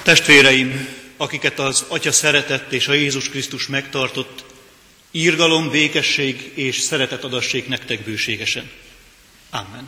Testvéreim, akiket az Atya szeretett és a Jézus Krisztus megtartott, irgalom, békesség és szeretet adassék nektek bőségesen. Amen.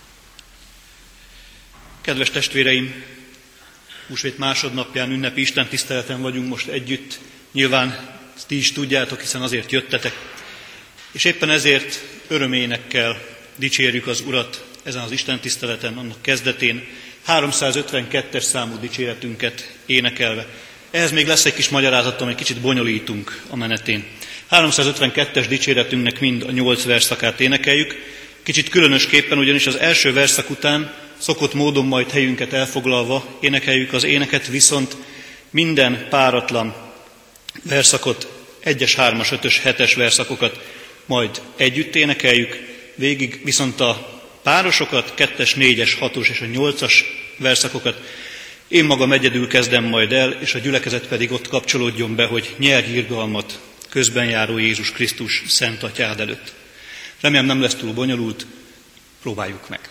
Kedves testvéreim, húsvét másodnapján ünnepi istentiszteleten vagyunk most együtt. Nyilván ti is tudjátok, hiszen azért jöttetek. És éppen ezért öröménekkel dicsérjük az Urat ezen az istentiszteleten, annak kezdetén, 352-es számú dicséretünket énekelve. Ehhez még lesz egy kis magyarázatom, egy kicsit bonyolítunk a menetén. 352-es dicséretünknek mind a 8 verszakát énekeljük. Kicsit különösképpen, ugyanis az első verszak után szokott módon majd helyünket elfoglalva énekeljük az éneket, viszont minden páratlan verszakot, 1-es, 3-as, 5-ös, 7-es verszakokat majd együtt énekeljük, végig viszont a párosokat, 2-es, 4-es, 6-os és a 8-as verszakokat én magam egyedül kezdem majd el, és a gyülekezet pedig ott kapcsolódjon be, hogy nyerj irgalmat közben járó Jézus Krisztus szent atyád előtt. Remélem nem lesz túl bonyolult, próbáljuk meg.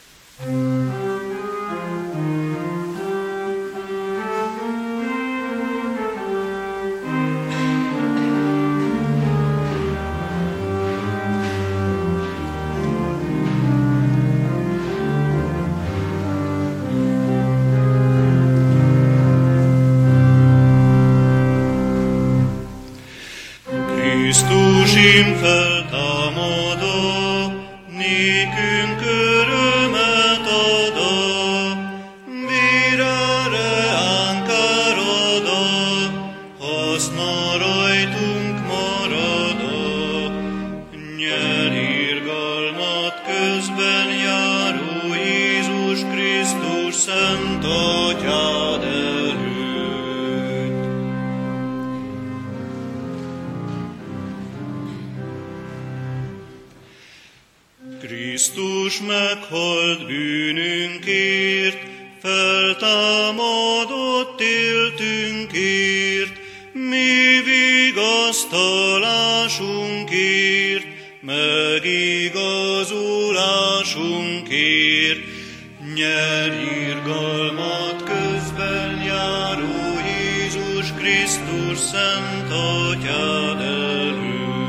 Krisztusim feltámadó, nékünk örömet adó, vére reánk áradó, haszna rajtunk maradó, nyer irgalmat közben járó Jézus Krisztus szent atyád előtt. Krisztus meghalt bűnünkért, feltámadott éltünkért, mi vigasztalásunkért, megigazulásunkért, nyer irgalmat közben járó Jézus Krisztus szent atyád előtt.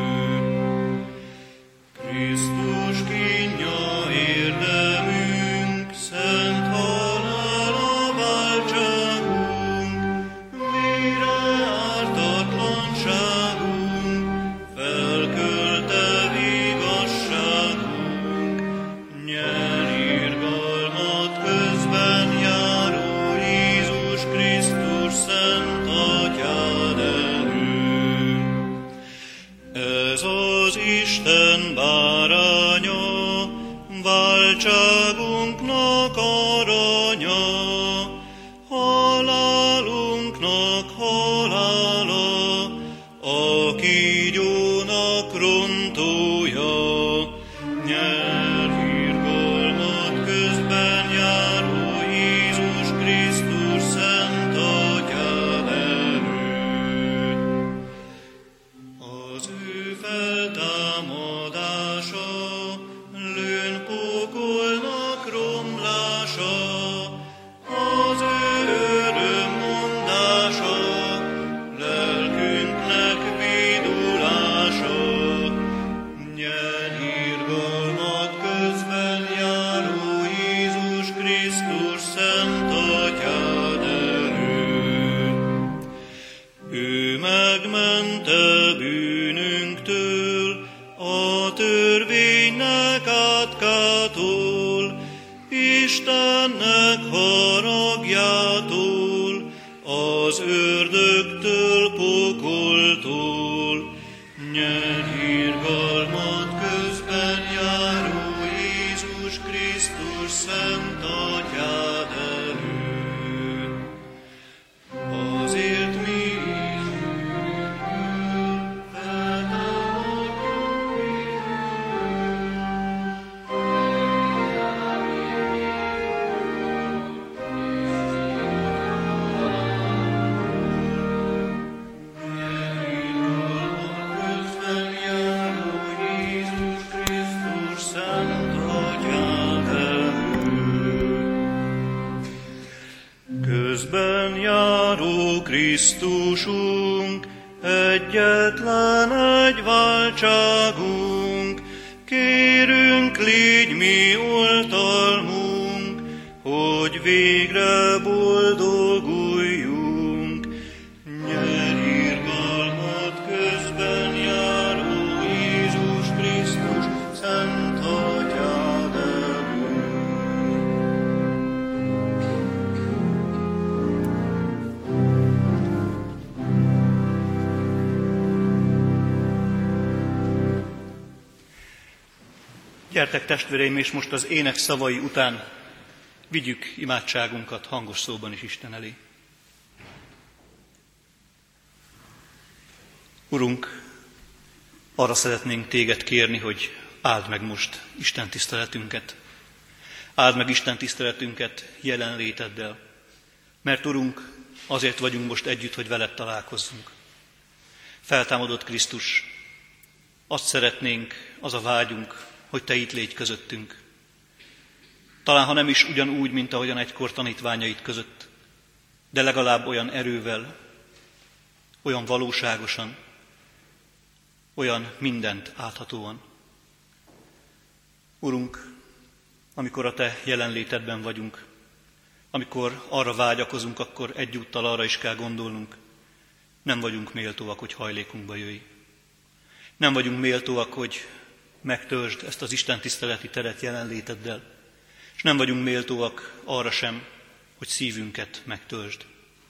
Krisztus kínja érdemünk, szent halála váltságunk, vére ártatlanságunk, felkölte vigasságunk, nyer irgalmat közben járó Jézus Krisztus szent atyád előtt. Ez az Isten báránya, váltságunknak aranya, halálunknak halála, a kígyónak rontója, nyer irgalmat közben járó Jézus Krisztus szent atyád előtt. Az ő feltámadása, lőn pokolnak romlása, az ő örömmondása, lelkünknek vidulása, nyer irgalmat közben járó Jézus Krisztus szent atyád előtt. Ő megmente bűnünktől, a törvénynek átkától, Istennek haragjától, az ördögtől, pokoltól, nyer irgalmat közben járó Jézus Krisztus szent atyád előtt. Azért mi közben járó járó Krisztusunk, egyetlen egy váltságunk, kérünk, légy mi oltalmunk, hogy végre boldoguljunk. Nyerj irgalmat közben járó Jézus Krisztus, Szent Atyád előtt. Gyertek, testvéreim, és most az ének szavai után vigyük imádságunkat hangos szóban is Isten elé. Urunk, arra szeretnénk téged kérni, hogy áld meg most Isten tiszteletünket. Áld meg Isten tiszteletünket jelenléteddel, mert Urunk, azért vagyunk most együtt, hogy veled találkozzunk. Feltámadott Krisztus, azt szeretnénk, az a vágyunk, hogy te itt légy közöttünk. Talán, ha nem is ugyanúgy, mint ahogyan egykor tanítványait között, de legalább olyan erővel, olyan valóságosan, olyan mindent áthatóan. Urunk, amikor a te jelenlétedben vagyunk, amikor arra vágyakozunk, akkor egyúttal arra is kell gondolnunk, nem vagyunk méltóak, hogy hajlékunkba jöjj. Nem vagyunk méltóak, hogy megtöltsd ezt az Isten tiszteleti teret jelenléteddel, és nem vagyunk méltóak arra sem, hogy szívünket megtöltsd.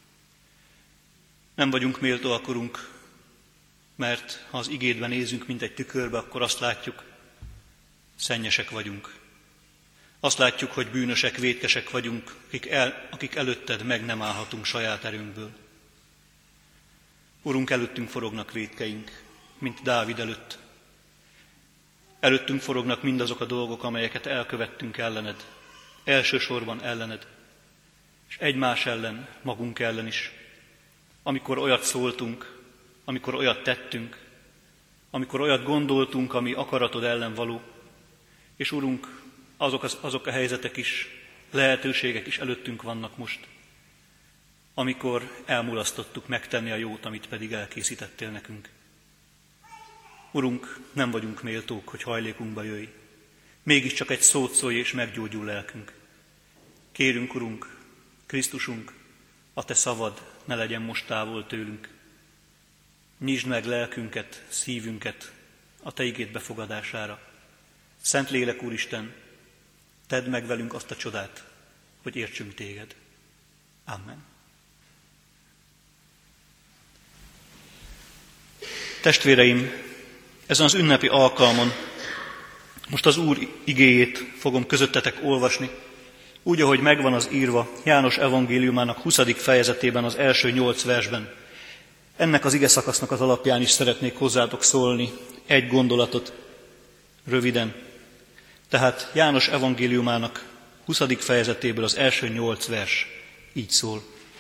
Nem vagyunk méltóak, Urunk, mert ha az igédben nézünk, mint egy tükörbe, akkor azt látjuk, szennyesek vagyunk. Azt látjuk, hogy bűnösek, vétkesek vagyunk, akik előtted meg nem állhatunk saját erőnkből. Urunk, előttünk forognak vétkeink, mint Dávid előtt. Előttünk forognak mindazok a dolgok, amelyeket elkövettünk ellened, elsősorban ellened, és egymás ellen, magunk ellen is. Amikor olyat szóltunk, amikor olyat tettünk, amikor olyat gondoltunk, ami akaratod ellen való, és Urunk, azok a helyzetek is, lehetőségek is előttünk vannak most, amikor elmulasztottuk megtenni a jót, amit pedig elkészítettél nekünk. Urunk, nem vagyunk méltók, hogy hajlékunkba jöjj. Mégiscsak egy szót szólj, és meggyógyul lelkünk. Kérünk, Urunk, Krisztusunk, a te szavad ne legyen most távol tőlünk. Nyisd meg lelkünket, szívünket a te igéd befogadására. Szent Lélek, Úristen, tedd meg velünk azt a csodát, hogy értsünk téged. Amen. Testvéreim, ezen az ünnepi alkalmon most az Úr igéjét fogom közöttetek olvasni, úgy, ahogy megvan az írva János evangéliumának 20. fejezetében, az első 8 versben. Ennek az ige szakasznak az alapján is szeretnék hozzátok szólni egy gondolatot, röviden. Tehát János evangéliumának 20. fejezetéből az első 8 vers így szól.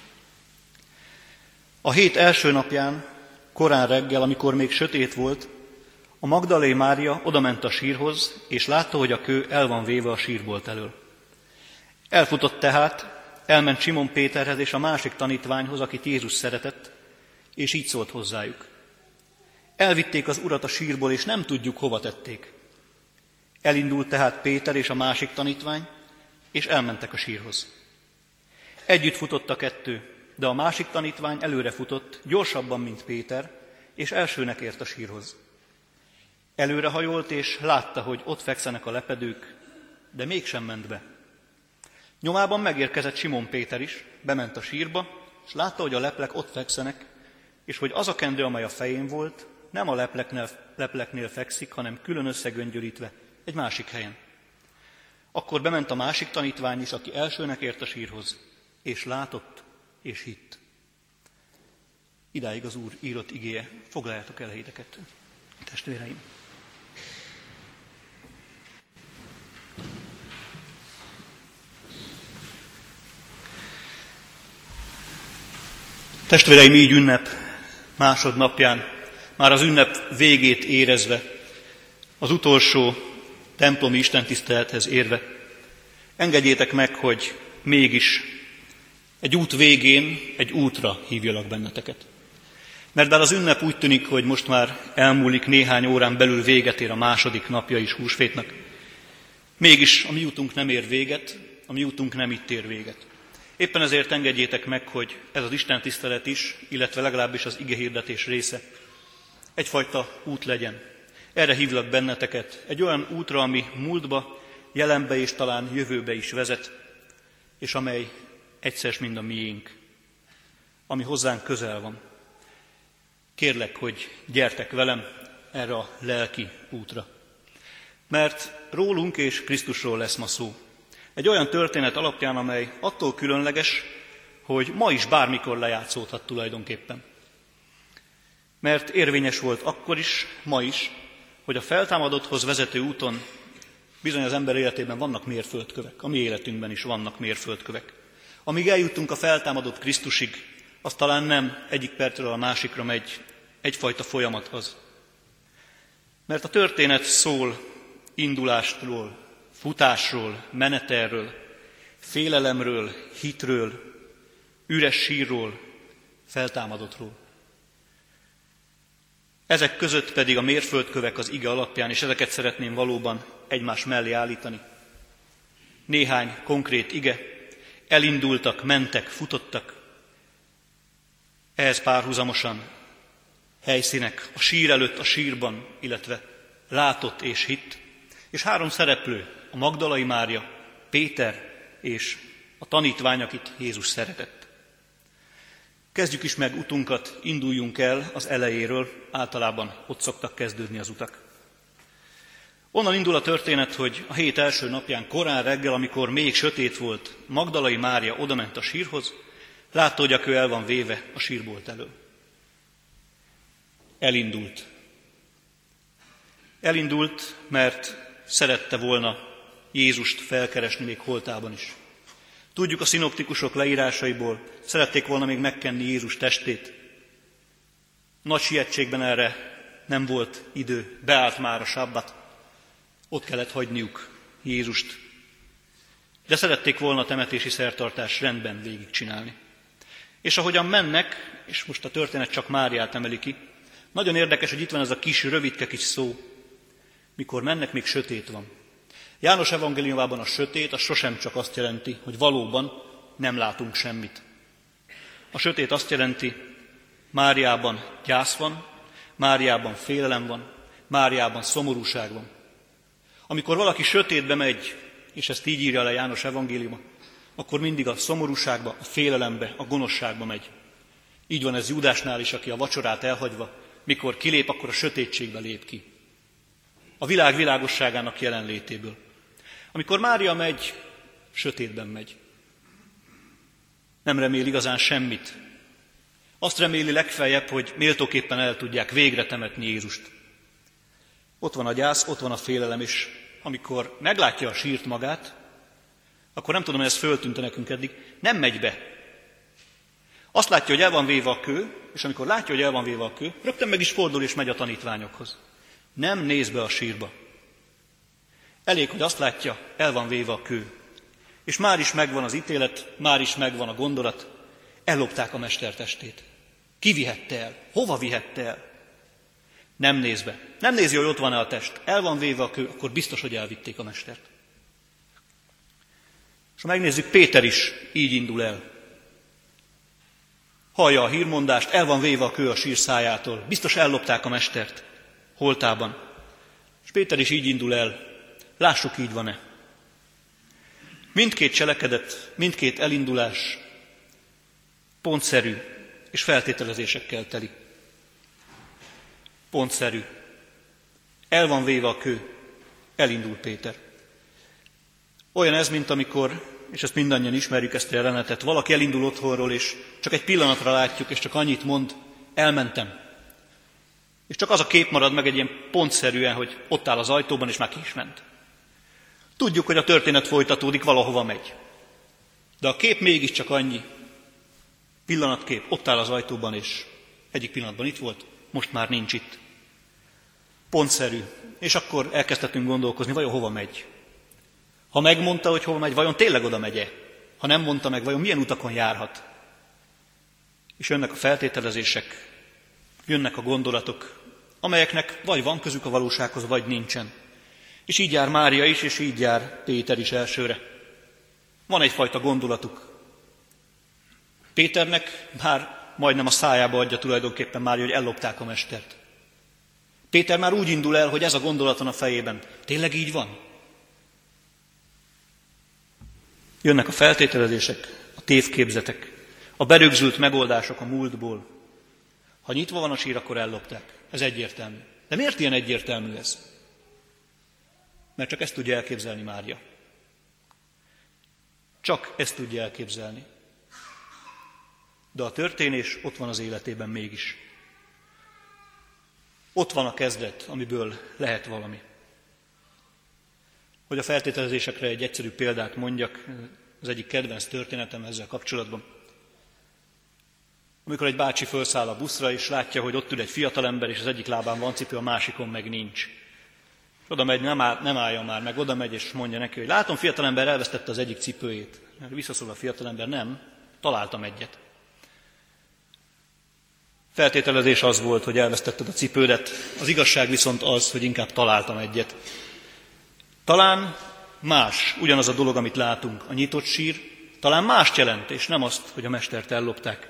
A hét első napján, korán reggel, amikor még sötét volt, a Magdalé Mária odament a sírhoz, és látta, hogy a kő el van véve a sírbolt elől. Elfutott tehát, elment Simon Péterhez és a másik tanítványhoz, akit Jézus szeretett, és így szólt hozzájuk. Elvitték az Urat a sírból, és nem tudjuk, hova tették. Elindult tehát Péter és a másik tanítvány, és elmentek a sírhoz. Együtt futott a kettő, de a másik tanítvány előre futott, gyorsabban, mint Péter, és elsőnek ért a sírhoz. Előrehajolt, és látta, hogy ott fekszenek a lepedők, de mégsem ment be. Nyomában megérkezett Simon Péter is, bement a sírba, és látta, hogy a leplek ott fekszenek, és hogy az a kendő, amely a fején volt, nem a lepleknél fekszik, hanem külön összegöngyölítve egy másik helyen. Akkor bement a másik tanítvány is, aki elsőnek ért a sírhoz, és látott, és hitt. Idáig az Úr írott igéje. Foglaljátok el helyeteket, testvéreim! Testvéreim, így ünnep másodnapján, már az ünnep végét érezve, az utolsó templomi istentisztelethez érve, engedjétek meg, hogy mégis egy út végén egy útra hívjalak benneteket. Mert bár az ünnep úgy tűnik, hogy most már elmúlik, néhány órán belül véget ér a második napja is húsvétnak, mégis a mi útunk nem ér véget, a mi útunk nem itt ér véget. Éppen ezért engedjétek meg, hogy ez az istentisztelet is, illetve legalábbis az igehirdetés része egyfajta út legyen. Erre hívlak benneteket, egy olyan útra, ami múltba, jelenbe és talán jövőbe is vezet, és amely egyszer mind a miénk, ami hozzánk közel van. Kérlek, hogy gyertek velem erre a lelki útra. Mert rólunk és Krisztusról lesz ma szó. Egy olyan történet alapján, amely attól különleges, hogy ma is bármikor lejátszódhat tulajdonképpen. Mert érvényes volt akkor is, ma is, hogy a feltámadotthoz vezető úton bizony az ember életében vannak mérföldkövek, a mi életünkben is vannak mérföldkövek. Amíg eljutunk a feltámadott Krisztusig, az talán nem egyik percről a másikra megy, egyfajta folyamat az. Mert a történet szól indulástról, futásról, menetelről, félelemről, hitről, üres sírról, feltámadottról. Ezek között pedig a mérföldkövek az ige alapján, és ezeket szeretném valóban egymás mellé állítani. Néhány konkrét ige, elindultak, mentek, futottak. Ehhez párhuzamosan helyszínek a sír előtt, a sírban, illetve látott és hitt. És 3 szereplő, a Magdalai Mária, Péter és a tanítvány, akit Jézus szeretett. Kezdjük is meg utunkat, induljunk el az elejéről, általában ott szoktak kezdődni az utak. Onnan indul a történet, hogy a hét első napján korán reggel, amikor még sötét volt, Magdalai Mária odament a sírhoz, látta, hogy a kő el van véve a sírbolt elől. Elindult. Elindult, mert szerette volna Jézust felkeresni még holtában is. Tudjuk a szinoptikusok leírásaiból, szerették volna még megkenni Jézus testét. Nagy sietségben erre nem volt idő, beállt már a sabbat, ott kellett hagyniuk Jézust. De szerették volna a temetési szertartás rendben végigcsinálni. És ahogyan mennek, és most a történet csak Máriát emeli ki, nagyon érdekes, hogy itt van ez a kis, rövidke kis szó, mikor mennek, még sötét van. János evangéliumában a sötét, az sosem csak azt jelenti, hogy valóban nem látunk semmit. A sötét azt jelenti, Máriában gyász van, Máriában félelem van, Máriában szomorúság van. Amikor valaki sötétbe megy, és ezt így írja le János evangéliuma, akkor mindig a szomorúságba, a félelembe, a gonoszságba megy. Így van ez Júdásnál is, aki a vacsorát elhagyva, mikor kilép, akkor a sötétségbe lép ki. A világ világosságának jelenlétéből. Amikor Mária megy, sötétben megy. Nem remél igazán semmit. Azt reméli legfeljebb, hogy méltóképpen el tudják végre temetni Jézust. Ott van a gyász, ott van a félelem, és amikor meglátja a sírt magát, akkor nem tudom, hogy ez föltűnt nekünk eddig, nem megy be. Azt látja, hogy el van véve a kő, és amikor látja, hogy el van véve a kő, rögtön meg is fordul és megy a tanítványokhoz. Nem néz be a sírba. Elég, hogy azt látja, el van véve a kő. És már is megvan az ítélet, már is megvan a gondolat, ellopták a mester testét. Ki vihette el? Hova vihette el? Nem néz be. Nem nézi, hogy ott van-e a test. El van véve a kő, akkor biztos, hogy elvitték a mestert. És ha megnézzük, Péter is így indul el. Hallja a hírmondást, el van véve a kő a sír szájától. Biztos ellopták a mestert holtában. És Péter is így indul el. Lássuk, így van-e. Mindkét cselekedet, mindkét elindulás pontszerű és feltételezésekkel teli. Pontszerű. El van véve a kő, elindul Péter. Olyan ez, mint amikor, és ezt mindannyian ismerjük, ezt a jelenetet, valaki elindul otthonról, és csak egy pillanatra látjuk, és csak annyit mond, elmentem. És csak az a kép marad meg egy ilyen pontszerűen, hogy ott áll az ajtóban, és már ki is ment. Tudjuk, hogy a történet folytatódik, valahova megy. De a kép mégiscsak annyi. Pillanatkép, ott áll az ajtóban, és egyik pillanatban itt volt, most már nincs itt. Pontszerű. És akkor elkezdhetünk gondolkozni, vajon hova megy. Ha megmondta, hogy hova megy, vajon tényleg oda megye? ha nem mondta meg, vajon milyen utakon járhat. És jönnek a feltételezések, jönnek a gondolatok, amelyeknek vagy van közük a valósághoz, vagy nincsen. És így jár Mária is, és így jár Péter is elsőre. Van egyfajta gondolatuk. Péternek már majdnem a szájába adja tulajdonképpen Mária, hogy ellopták a mestert. Péter már úgy indul el, hogy ez a gondolat van a fejében. Tényleg így van? Jönnek a feltételezések, a tévképzetek, a berögzült megoldások a múltból. Ha nyitva van a sír, akkor ellopták. Ez egyértelmű. De miért ilyen egyértelmű ez? Mert csak ezt tudja elképzelni Mária. Csak ezt tudja elképzelni. De a történés ott van az életében mégis. Ott van a kezdet, amiből lehet valami. Hogy a feltételezésekre egy egyszerű példát mondjak, az egyik kedvenc történetem ezzel kapcsolatban. Amikor egy bácsi felszáll a buszra, és látja, hogy ott ül egy fiatalember, és az egyik lábán van cipő, a másikon meg nincs. Oda megy, nem álljon már meg, oda megy, és mondja neki, hogy látom, fiatalember elvesztette az egyik cipőjét. Visszaszól a fiatalember, nem, találtam egyet. Feltételezés az volt, hogy elvesztetted a cipődet, az igazság viszont az, hogy inkább találtam egyet. Talán más, ugyanaz a dolog, amit látunk, a nyitott sír, talán mást jelent, és nem azt, hogy a mestert ellopták.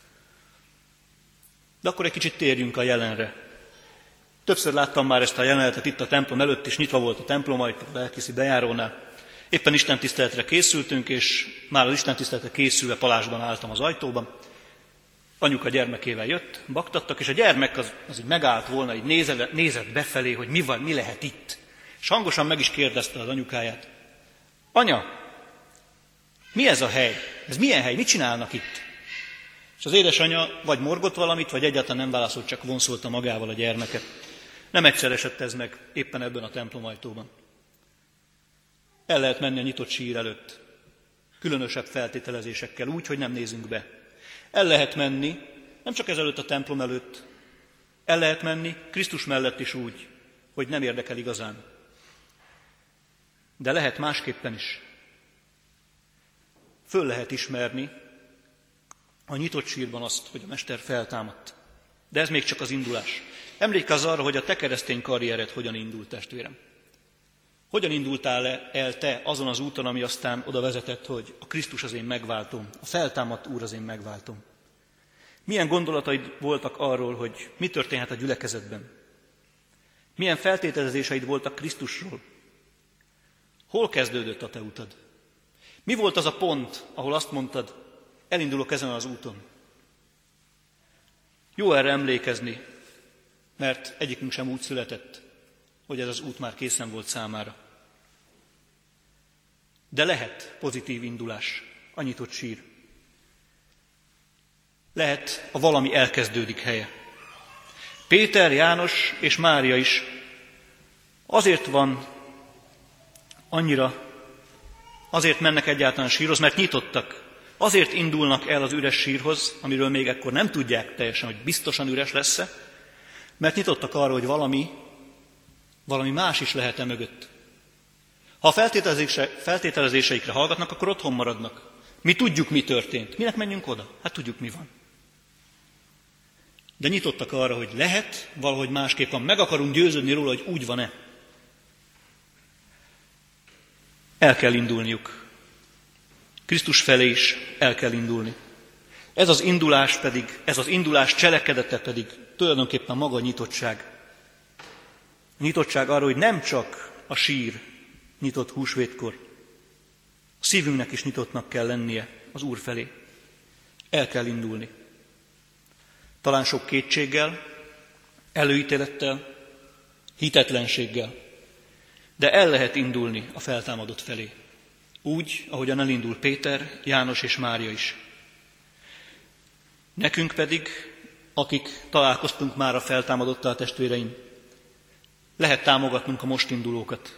De akkor egy kicsit térjünk a jelenre. Többször láttam már ezt a jelenetet itt a templom előtt, és nyitva volt a templom, itt a lelkészi bejárónál. Éppen istentiszteletre készültünk, és már az istentiszteletre készülve palásban álltam az ajtóban. Anyuka gyermekével jött, baktattak, és a gyermek az így megállt volna, így nézett befelé, hogy mi lehet itt. És hangosan meg is kérdezte az anyukáját. Anya, mi ez a hely? Ez milyen hely? Mit csinálnak itt? És az édesanyja vagy morgott valamit, vagy egyáltalán nem válaszolt, csak vonszolta magával a gyermeket. Nem egyszer esett ez meg éppen ebben a templom ajtóban. El lehet menni a nyitott sír előtt, különösebb feltételezésekkel, úgy, hogy nem nézünk be. El lehet menni, nem csak ezelőtt a templom előtt, el lehet menni Krisztus mellett is úgy, hogy nem érdekel igazán. De lehet másképpen is. Föl lehet ismerni a nyitott sírban azt, hogy a mester feltámadt. De ez még csak az indulás. Emlékezz arra, hogy a te keresztény karriered hogyan indult, testvérem. Hogyan indultál el te azon az úton, ami aztán oda vezetett, hogy a Krisztus az én megváltom, a feltámadt Úr az én megváltom? Milyen gondolataid voltak arról, hogy mi történhet a gyülekezetben? Milyen feltételezéseid voltak Krisztusról? Hol kezdődött a te utad? Mi volt az a pont, ahol azt mondtad, elindulok ezen az úton? Jó erre emlékezni, mert egyikünk sem úgy született, hogy ez az út már készen volt számára. De lehet pozitív indulás, a nyitott sír. Lehet a valami elkezdődik helye. Péter, János és Mária is azért van azért mennek egyáltalán sírhoz, mert nyitottak. Azért indulnak el az üres sírhoz, amiről még ekkor nem tudják teljesen, hogy biztosan üres lesz-e, mert nyitottak arra, hogy valami más is lehet-e mögött. Ha a feltételezéseikre hallgatnak, akkor otthon maradnak. Mi tudjuk, mi történt. Minek menjünk oda? Hát tudjuk, mi van. De nyitottak arra, hogy lehet, valahogy másképp van. Meg akarunk győződni róla, hogy úgy van-e. El kell indulniuk. Krisztus felé is el kell indulni. Ez az indulás cselekedete pedig tulajdonképpen maga a nyitottság. A nyitottság arra, hogy nem csak a sír nyitott húsvétkor, a szívünknek is nyitottnak kell lennie az Úr felé. El kell indulni. Talán sok kétséggel, előítélettel, hitetlenséggel, de el lehet indulni a feltámadott felé. Úgy, ahogyan elindul Péter, János és Mária is. Nekünk pedig, akik találkoztunk már a feltámadottal, testvéreim, lehet támogatnunk a most indulókat.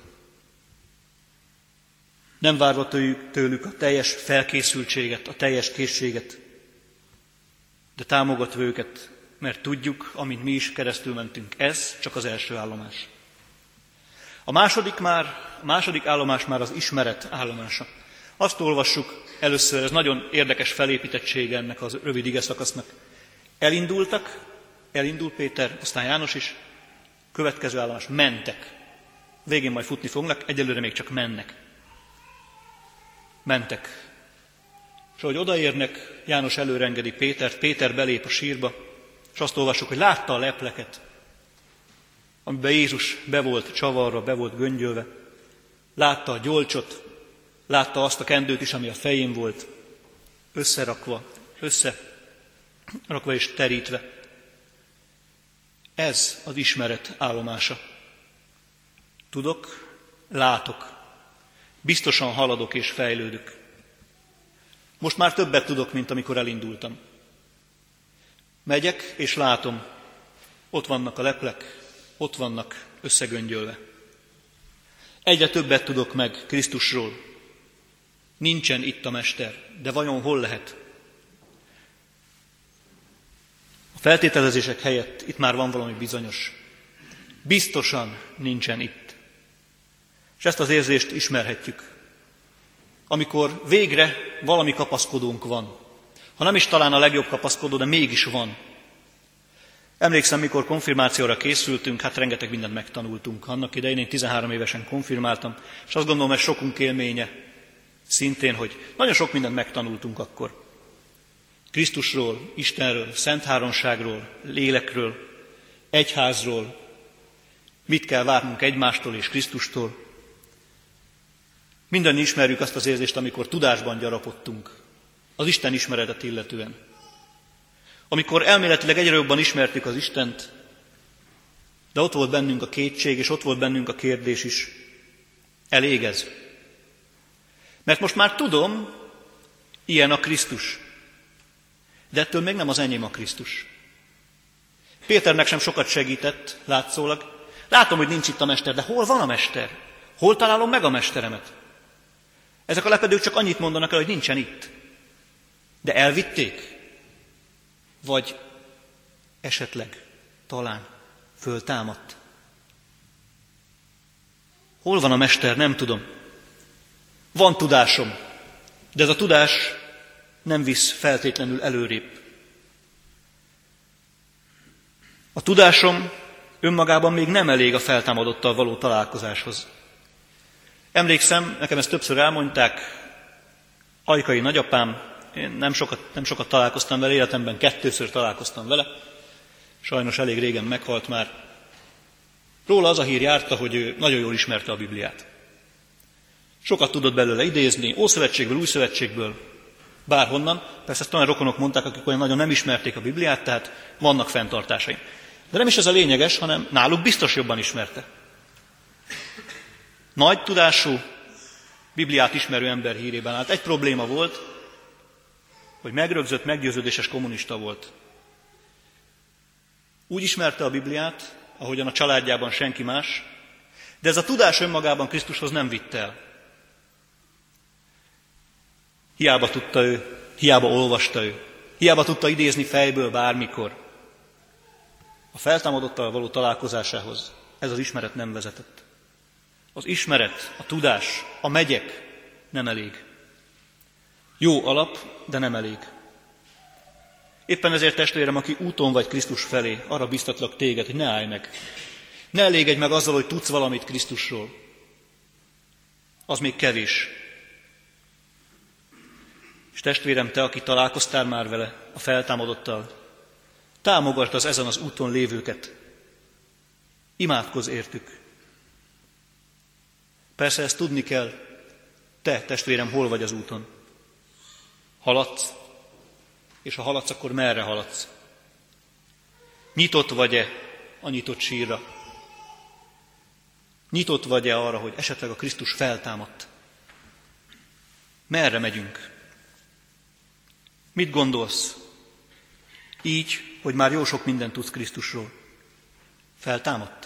Nem várva tőlük a teljes felkészültséget, a teljes készséget, de támogatva őket, mert tudjuk, amint mi is keresztül mentünk, ez csak az első állomás. A második állomás már az ismeret állomása. Azt olvassuk először, ez nagyon érdekes felépítettsége ennek az rövid igeszakasznak. Elindul Péter, aztán János is, következő állomás, mentek. Végén majd futni fognak, egyelőre még csak mennek. Mentek. És ahogy odaérnek, János előrengedi Pétert, Péter belép a sírba, és azt olvassuk, hogy látta a lepleket, amiben Jézus be volt csavarva, be volt göngyölve, látta a gyolcsot, látta azt a kendőt is, ami a fején volt, összerakva és terítve. Ez az ismeret állomása. Tudok, látok, biztosan haladok és fejlődök. Most már többet tudok, mint amikor elindultam. Megyek és látom, ott vannak a leplek, ott vannak összegöngyölve. Egyre többet tudok meg Krisztusról. Nincsen itt a Mester, de vajon hol lehet? A feltételezések helyett itt már van valami bizonyos. Biztosan nincsen itt. És ezt az érzést ismerhetjük. Amikor végre valami kapaszkodónk van. Ha nem is talán a legjobb kapaszkodó, de mégis van. Emlékszem, mikor konfirmációra készültünk, hát rengeteg mindent megtanultunk. Annak idején én 13 évesen konfirmáltam, és azt gondolom, ez sokunk élménye szintén, hogy nagyon sok mindent megtanultunk akkor. Krisztusról, Istenről, Szent Háromságról, lélekről, egyházról, mit kell várnunk egymástól és Krisztustól. Mindannyian ismerjük azt az érzést, amikor tudásban gyarapodtunk, az Isten ismeretet illetően. Amikor elméletileg egyre jobban ismertük az Istent, de ott volt bennünk a kétség, és ott volt bennünk a kérdés is. Elég ez? Mert most már tudom, ilyen a Krisztus. De ettől még nem az enyém a Krisztus. Péternek sem sokat segített, látszólag. Látom, hogy nincs itt a Mester, de hol van a Mester? Hol találom meg a Mesteremet? Ezek a lepedők csak annyit mondanak el, hogy nincsen itt. De elvitték? Vagy esetleg, talán föltámadt? Hol van a Mester? Nem tudom. Van tudásom, de ez a tudás nem visz feltétlenül előrébb. A tudásom önmagában még nem elég a feltámadottal való találkozáshoz. Emlékszem, nekem ezt többször elmondták, ajkai nagyapám, én nem sokat találkoztam vele, életemben 2-ször találkoztam vele, sajnos elég régen meghalt már. Róla az a hír járta, hogy ő nagyon jól ismerte a Bibliát. Sokat tudott belőle idézni, Ószövetségből, Újszövetségből, bárhonnan. Persze ezt olyan rokonok mondták, akik olyan nagyon nem ismerték a Bibliát, tehát vannak fenntartásaim. De nem is ez a lényeges, hanem náluk biztos jobban ismerte. Nagy tudású, Bibliát ismerő ember hírében állt. Egy probléma volt, hogy megrögzött, meggyőződéses kommunista volt. Úgy ismerte a Bibliát, ahogyan a családjában senki más, de ez a tudás önmagában Krisztushoz nem vitte el. Hiába tudta ő, hiába olvasta ő, hiába tudta idézni fejből bármikor. A feltámadottal való találkozásához ez az ismeret nem vezetett. Az ismeret, a tudás, a megyek nem elég. Jó alap, de nem elég. Éppen ezért, testvérem, aki úton vagy Krisztus felé, arra biztatlak téged, hogy ne állj meg. Ne elégedj meg azzal, hogy tudsz valamit Krisztusról. Az még kevés. És testvérem, te, aki találkoztál már vele, a feltámadottal, támogasd az ezen az úton lévőket. Imádkozz értük. Persze ezt tudni kell, te, testvérem, hol vagy az úton. Haladsz, és ha haladsz, akkor merre haladsz? Nyitott vagy-e a nyitott sírra? Nyitott vagy-e arra, hogy esetleg a Krisztus feltámadt? Merre megyünk? Mit gondolsz? Így, hogy már jó sok mindent tudsz Krisztusról. Feltámadt?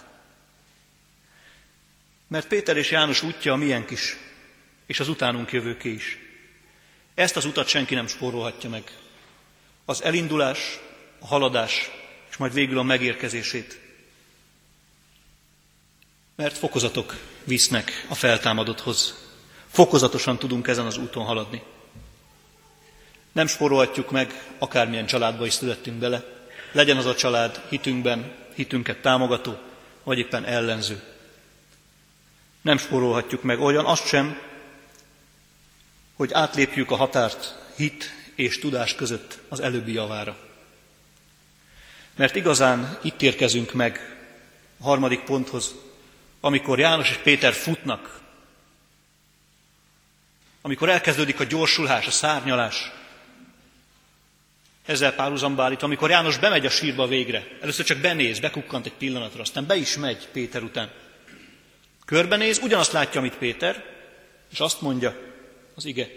Mert Péter és János útja a miénk is, és az utánunk jövőké is. Ezt az utat senki nem spórolhatja meg. Az elindulás, a haladás, és majd végül a megérkezését. Mert fokozatok visznek a feltámadotthoz. Fokozatosan tudunk ezen az úton haladni. Nem spórolhatjuk meg, akármilyen családba is születtünk bele, legyen az a család hitünket támogató, vagy éppen ellenző. Nem spórolhatjuk meg olyan azt sem, hogy átlépjük a határt hit és tudás között az előbbi javára. Mert igazán itt érkezünk meg a harmadik ponthoz, amikor János és Péter futnak, amikor elkezdődik a gyorsulás, a szárnyalás. Ezzel párhuzamba állítva, amikor János bemegy a sírba végre, először csak benéz, bekukkant egy pillanatra, aztán be is megy Péter után. Körbenéz, ugyanazt látja, amit Péter, és azt mondja az ige.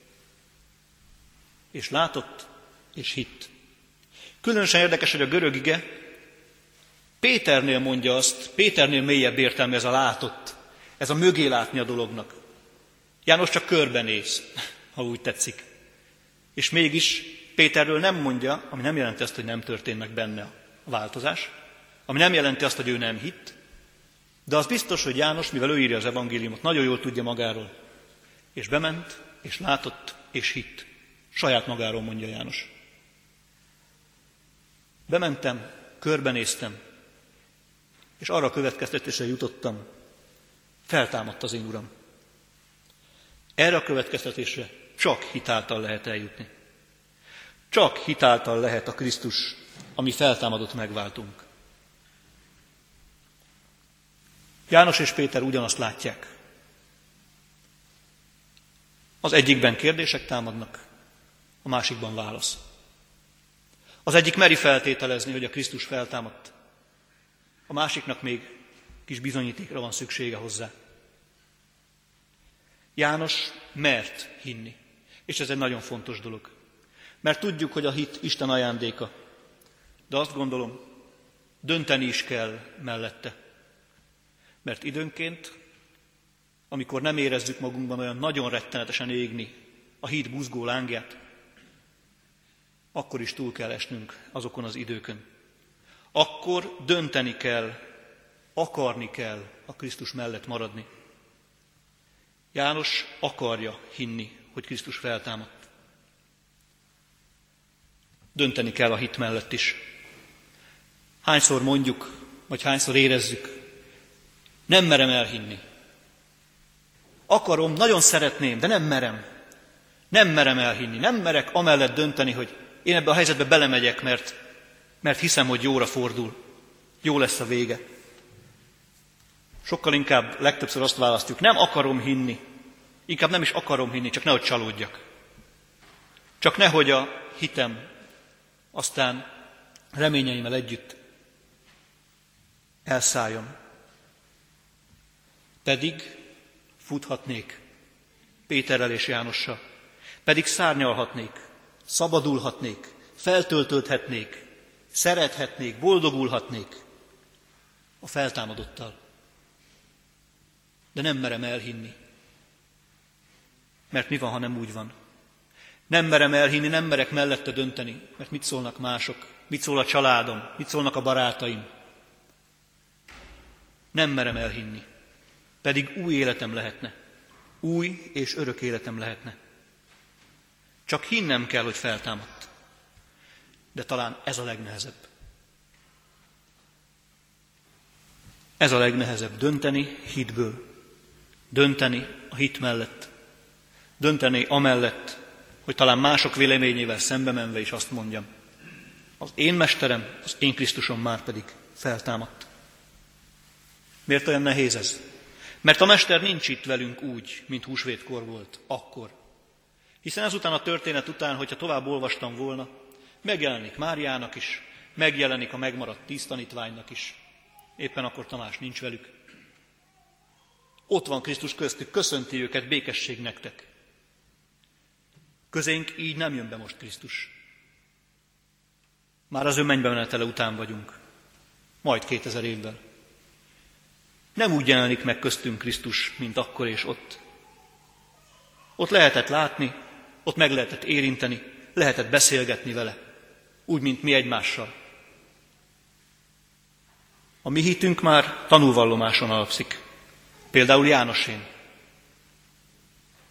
És látott, és hitt. Különösen érdekes, hogy a görög ige Péternél mondja azt, Péternél mélyebb értelme ez a látott, ez a mögé látni a dolognak. János csak körbenéz, ha úgy tetszik. És mégis Péterről nem mondja, ami nem jelenti azt, hogy nem történt meg benne a változás, ami nem jelenti azt, hogy ő nem hitt, de az biztos, hogy János, mivel ő írja az evangéliumot, nagyon jól tudja magáról. És bement, és látott, és hitt. Saját magáról mondja János. Bementem, körbenéztem, és arra a következtetésre jutottam, feltámadt az én Uram. Erre a következtetésre csak hitáltal lehet eljutni. Csak hitáltal lehet a Krisztus, ami feltámadott megváltunk. János és Péter ugyanazt látják. Az egyikben kérdések támadnak, a másikban válasz. Az egyik meri feltételezni, hogy a Krisztus feltámadt. A másiknak még kis bizonyítékra van szüksége hozzá. János mert hinni, és ez egy nagyon fontos dolog. Mert tudjuk, hogy a hit Isten ajándéka, de azt gondolom, dönteni is kell mellette. Mert időnként, amikor nem érezzük magunkban olyan nagyon rettenetesen égni a hit buzgó lángját, akkor is túl kell esnünk azokon az időkön. Akkor dönteni kell, akarni kell a Krisztus mellett maradni. János akarja hinni, hogy Krisztus feltámadt. Dönteni kell a hit mellett is. Hányszor mondjuk, vagy hányszor érezzük, nem merem elhinni. Akarom, nagyon szeretném, de nem merem. Nem merem elhinni, nem merek amellett dönteni, hogy én ebbe a helyzetbe belemegyek, mert hiszem, hogy jóra fordul. Jó lesz a vége. Sokkal inkább legtöbbször azt választjuk, nem akarom hinni. Inkább nem is akarom hinni, csak nehogy csalódjak. Csak nehogy a hitem aztán reményeimmel együtt elszálljon. Pedig futhatnék Péterrel és Jánossal. Pedig szárnyalhatnék, szabadulhatnék, feltöltődhetnék, szerethetnék, boldogulhatnék a feltámadottal. De nem merem elhinni. Mert mi van, ha nem úgy van? Nem merem elhinni, nem merek mellette dönteni, mert mit szólnak mások, mit szól a családom, mit szólnak a barátaim. Nem merem elhinni. Pedig új életem lehetne. Új és örök életem lehetne. Csak hinnem kell, hogy feltámadt. De talán ez a legnehezebb. Ez a legnehezebb, dönteni hitből. Dönteni a hit mellett. Dönteni amellett, hogy talán mások véleményével szembe menve is azt mondjam. Az én mesterem, az én Krisztusom már pedig feltámadt. Miért olyan nehéz ez? Mert a mester nincs itt velünk úgy, mint húsvétkor volt, akkor. Hiszen ezután a történet után, hogyha tovább olvastam volna, megjelenik Máriának is, megjelenik a megmaradt 10 tanítványnak is. Éppen akkor Tamás nincs velük. Ott van Krisztus köztük, köszönti őket, békesség nektek. Közénk így nem jön be most Krisztus. Már az ő mennybe menetele után vagyunk. Majd 2000 évvel. Nem úgy jelenik meg köztünk Krisztus, mint akkor és ott. Ott lehetett látni, ott meg lehetett érinteni, lehetett beszélgetni vele, úgy, mint mi egymással. A mi hitünk már tanúvallomáson alapszik, például Jánosén.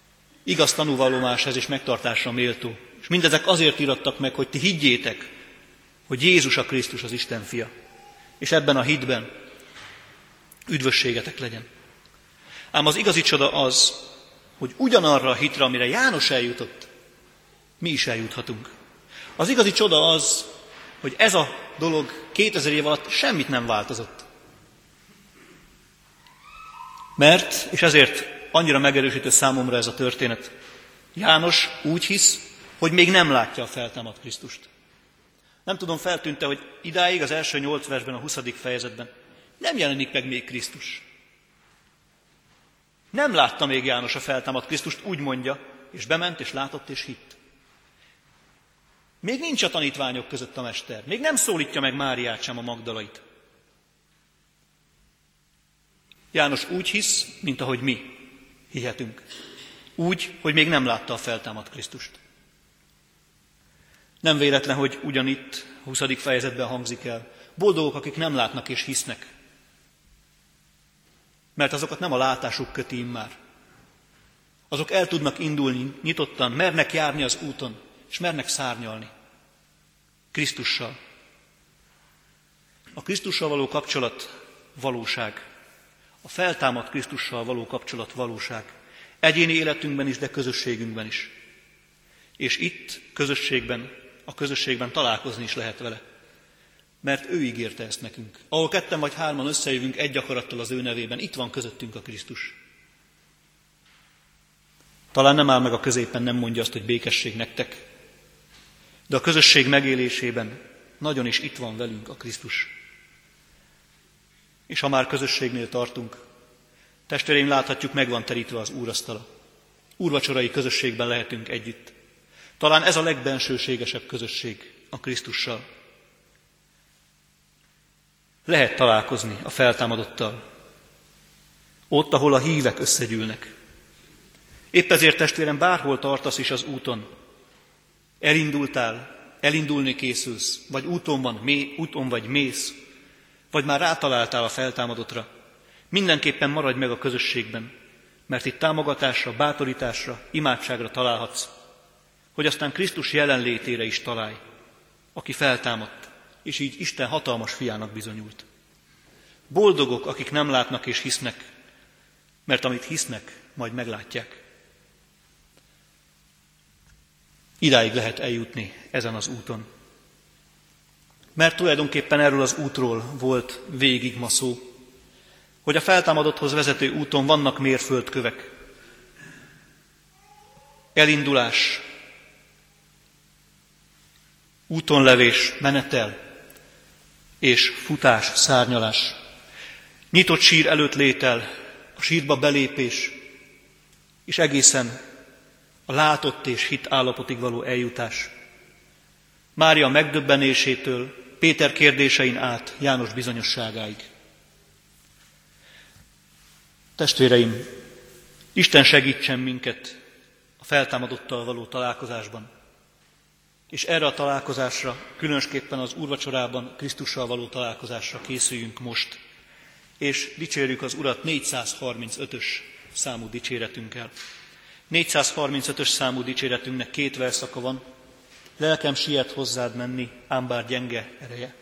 igaz tanúvallomáshoz és megtartásra méltó. És mindezek azért irattak meg, hogy ti higgyétek, hogy Jézus a Krisztus, az Isten fia. És ebben a hitben üdvösségetek legyen. Ám az igazi csoda az, hogy ugyanarra a hitre, amire János eljutott, mi is eljuthatunk. Az igazi csoda az, hogy ez a dolog 2000 év alatt semmit nem változott. Mert, és ezért annyira megerősítő számomra ez a történet, János úgy hisz, hogy még nem látja a feltámadt Krisztust. Nem tudom, feltűnte, hogy idáig az első 8 versben, a 20. fejezetben nem jelenik meg még Krisztus. Nem látta még János a feltámadt Krisztust, úgy mondja, és bement, és látott, és hitt. Még nincs a tanítványok között a mester, még nem szólítja meg Máriát sem, a Magdalait. János úgy hisz, mint ahogy mi hihetünk. Úgy, hogy még nem látta a feltámadt Krisztust. Nem véletlen, hogy ugyanitt, a 20. fejezetben hangzik el, boldogok, akik nem látnak és hisznek. Mert azokat nem a látásuk köti immár. Azok el tudnak indulni nyitottan, mernek járni az úton, és mernek szárnyalni. Krisztussal. A Krisztussal való kapcsolat valóság. A feltámadt Krisztussal való kapcsolat valóság. Egyéni életünkben is, de közösségünkben is. És itt, a közösségben találkozni is lehet vele. Mert ő ígérte ezt nekünk. Ahol 2 vagy 3 összejövünk egy akarattal az ő nevében, itt van közöttünk a Krisztus. Talán nem áll meg a középen, nem mondja azt, hogy békesség nektek, de a közösség megélésében nagyon is itt van velünk a Krisztus. És ha már közösségnél tartunk, testvéreim, láthatjuk, meg van terítve az úrasztala. Úrvacsorai közösségben lehetünk együtt. Talán ez a legbensőségesebb közösség a Krisztussal. Lehet találkozni a feltámadottal, ott, ahol a hívek összegyűlnek. Épp ezért, testvérem, bárhol tartasz is az úton, elindulni készülsz, vagy úton vagy mész, vagy már rátaláltál a feltámadottra, mindenképpen maradj meg a közösségben, mert itt támogatásra, bátorításra, imádságra találhatsz, hogy aztán Krisztus jelenlétére is találj, aki feltámadt, és így Isten hatalmas fiának bizonyult. Boldogok, akik nem látnak és hisznek, mert amit hisznek, majd meglátják. Idáig lehet eljutni ezen az úton. Mert tulajdonképpen erről az útról volt végig ma szó, hogy a feltámadotthoz vezető úton vannak mérföldkövek. Elindulás, útonlevés, menetel és futás, szárnyalás. Nyitott sír előtt létel, a sírba belépés, és egészen a látott és hit állapotig való eljutás. Mária megdöbbenésétől, Péter kérdésein át János bizonyosságáig. Testvéreim, Isten segítsen minket a feltámadottal való találkozásban, és erre a találkozásra, különösképpen az úrvacsorában Krisztussal való találkozásra készüljünk most, és dicsérjük az Urat 435-ös számú dicséretünkkel. 435-ös számú dicséretünknek 2 versszaka van. Lelkem siet hozzád menni, ám bár gyenge ereje.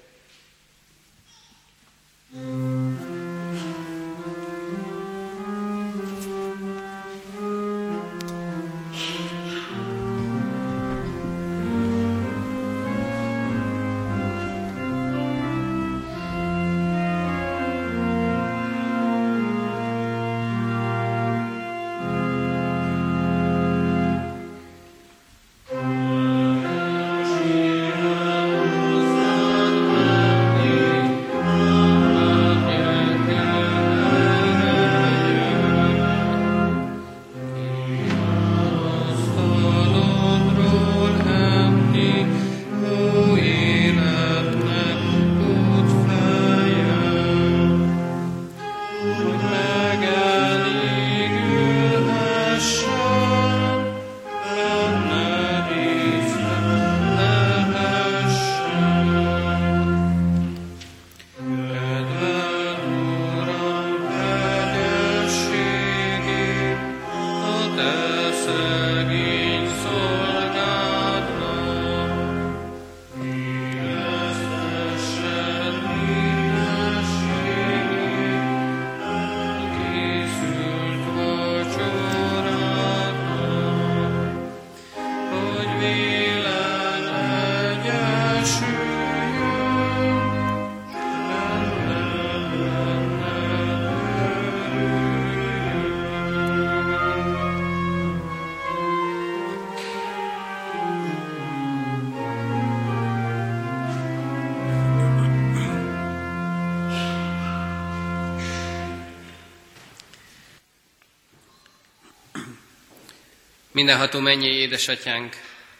Mindenható mennyei édesatyánk,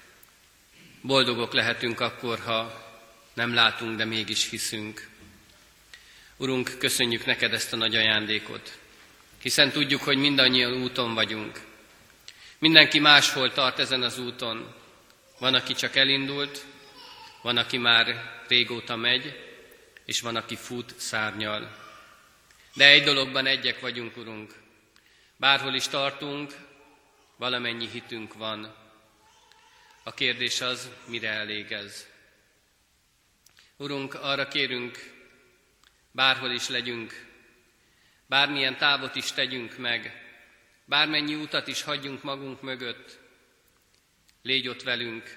boldogok lehetünk akkor, ha nem látunk, de mégis hiszünk. Urunk, köszönjük neked ezt a nagy ajándékot, hiszen tudjuk, hogy mindannyian úton vagyunk. Mindenki máshol tart ezen az úton. Van, aki csak elindult, van, aki már régóta megy, és van, aki fut, szárnyal. De egy dologban egyek vagyunk, Urunk. Bárhol is tartunk, valamennyi hitünk van. A kérdés az, mire elég ez. Urunk, arra kérünk, bárhol is legyünk, bármilyen távot is tegyünk meg, bármennyi utat is hagyjunk magunk mögött, légy ott velünk,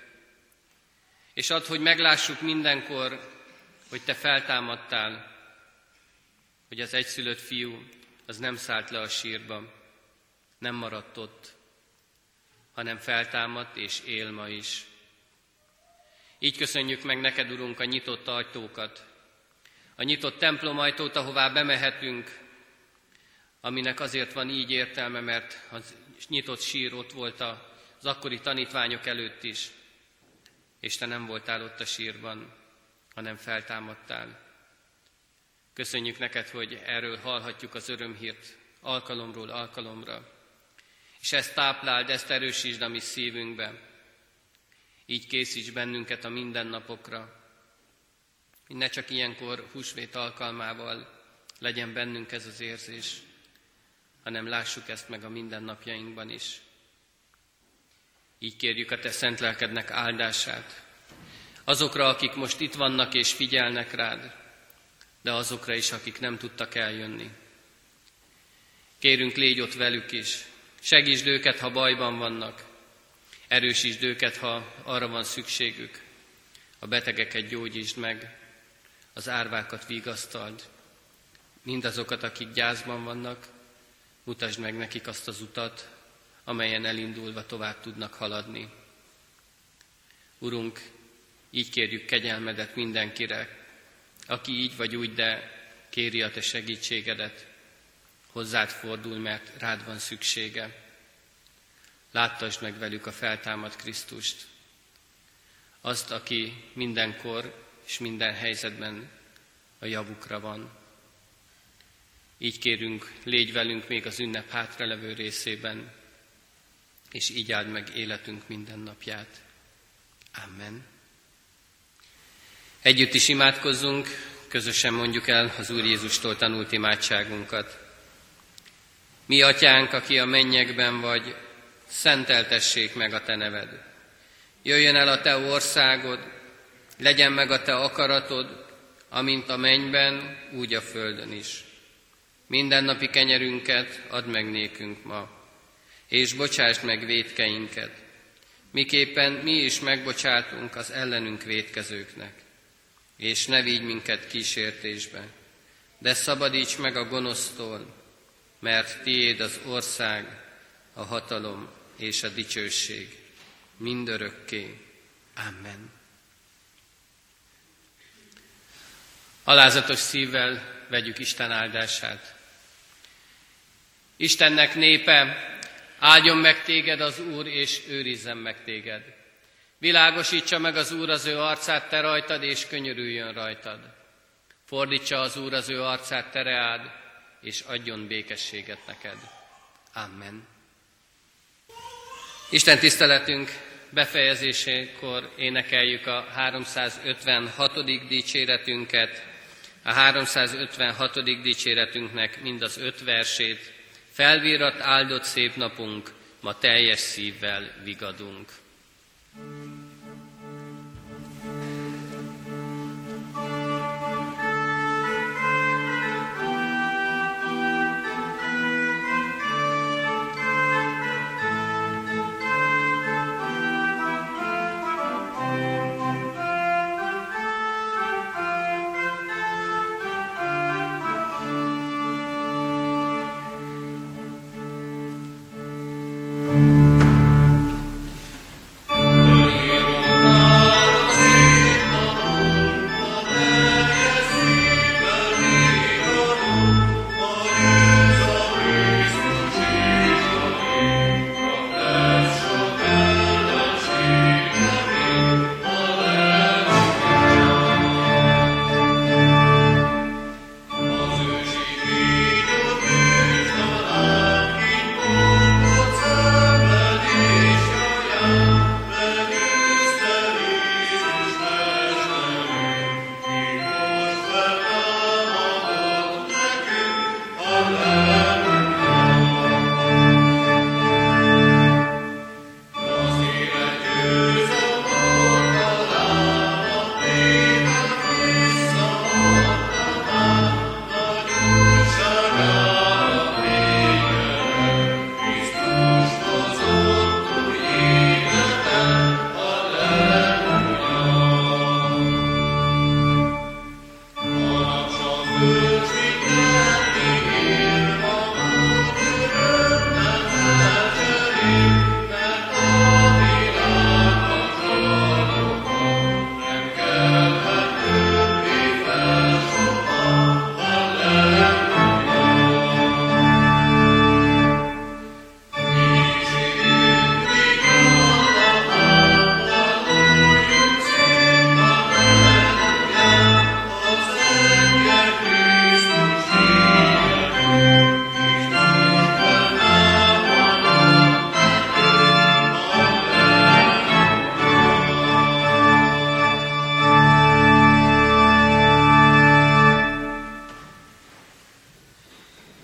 és add, hogy meglássuk mindenkor, hogy te feltámadtál, hogy az egyszülött fiú az nem szállt le a sírba, nem maradt ott, hanem feltámadt és él ma is. Így köszönjük meg neked, Urunk, a nyitott ajtókat, a nyitott templomajtót, ahová bemehetünk, aminek azért van így értelme, mert az nyitott sír ott volt az akkori tanítványok előtt is, és te nem voltál ott a sírban, hanem feltámadtál. Köszönjük neked, hogy erről hallhatjuk az örömhírt alkalomról alkalomra, és ezt tápláld, ezt erősítsd a mi szívünkbe. Így készíts bennünket a mindennapokra, hogy ne csak ilyenkor húsvét alkalmával legyen bennünk ez az érzés, hanem lássuk ezt meg a mindennapjainkban is. Így kérjük a te szent lelkednek áldását azokra, akik most itt vannak és figyelnek rád, de azokra is, akik nem tudtak eljönni. Kérünk, légy ott velük is, segítsd őket, ha bajban vannak, erősítsd őket, ha arra van szükségük, a betegeket gyógyítsd meg, az árvákat vigasztald, mindazokat, akik gyászban vannak, mutasd meg nekik azt az utat, amelyen elindulva tovább tudnak haladni. Urunk, így kérjük kegyelmedet mindenkire, aki így vagy úgy, de kéri a te segítségedet, hozzád fordul, mert rád van szüksége. Láttasd meg velük a feltámadt Krisztust, azt, aki mindenkor és minden helyzetben a javukra van. Így kérünk, légy velünk még az ünnep hátralevő részében, és így áld meg életünk minden napját. Amen. Együtt is imádkozzunk, közösen mondjuk el az Úr Jézustól tanult imádságunkat. Mi atyánk, aki a mennyekben vagy, szenteltessék meg a te neved. Jöjjön el a te országod, legyen meg a te akaratod, amint a mennyben, úgy a földön is. Mindennapi kenyerünket add meg nékünk ma, és bocsásd meg vétkeinket, miképpen mi is megbocsátunk az ellenünk vétkezőknek. És ne vigy minket kísértésbe, de szabadíts meg a gonosztól, mert tiéd az ország, a hatalom és a dicsőség mindörökké. Amen. Alázatos szívvel vegyük Isten áldását. Istennek népe, áldjon meg téged az Úr, és őrizzen meg téged. Világosítsa meg az Úr az ő arcát te rajtad, és könyörüljön rajtad. Fordítsa az Úr az ő arcát te reád, és adjon békességet neked. Amen. Isten tiszteletünk befejezésekor énekeljük a 356. dicséretünket. A 356. dicséretünknek mind az 5 versét. Felvírat áldott szép napunk, ma teljes szívvel vigadunk.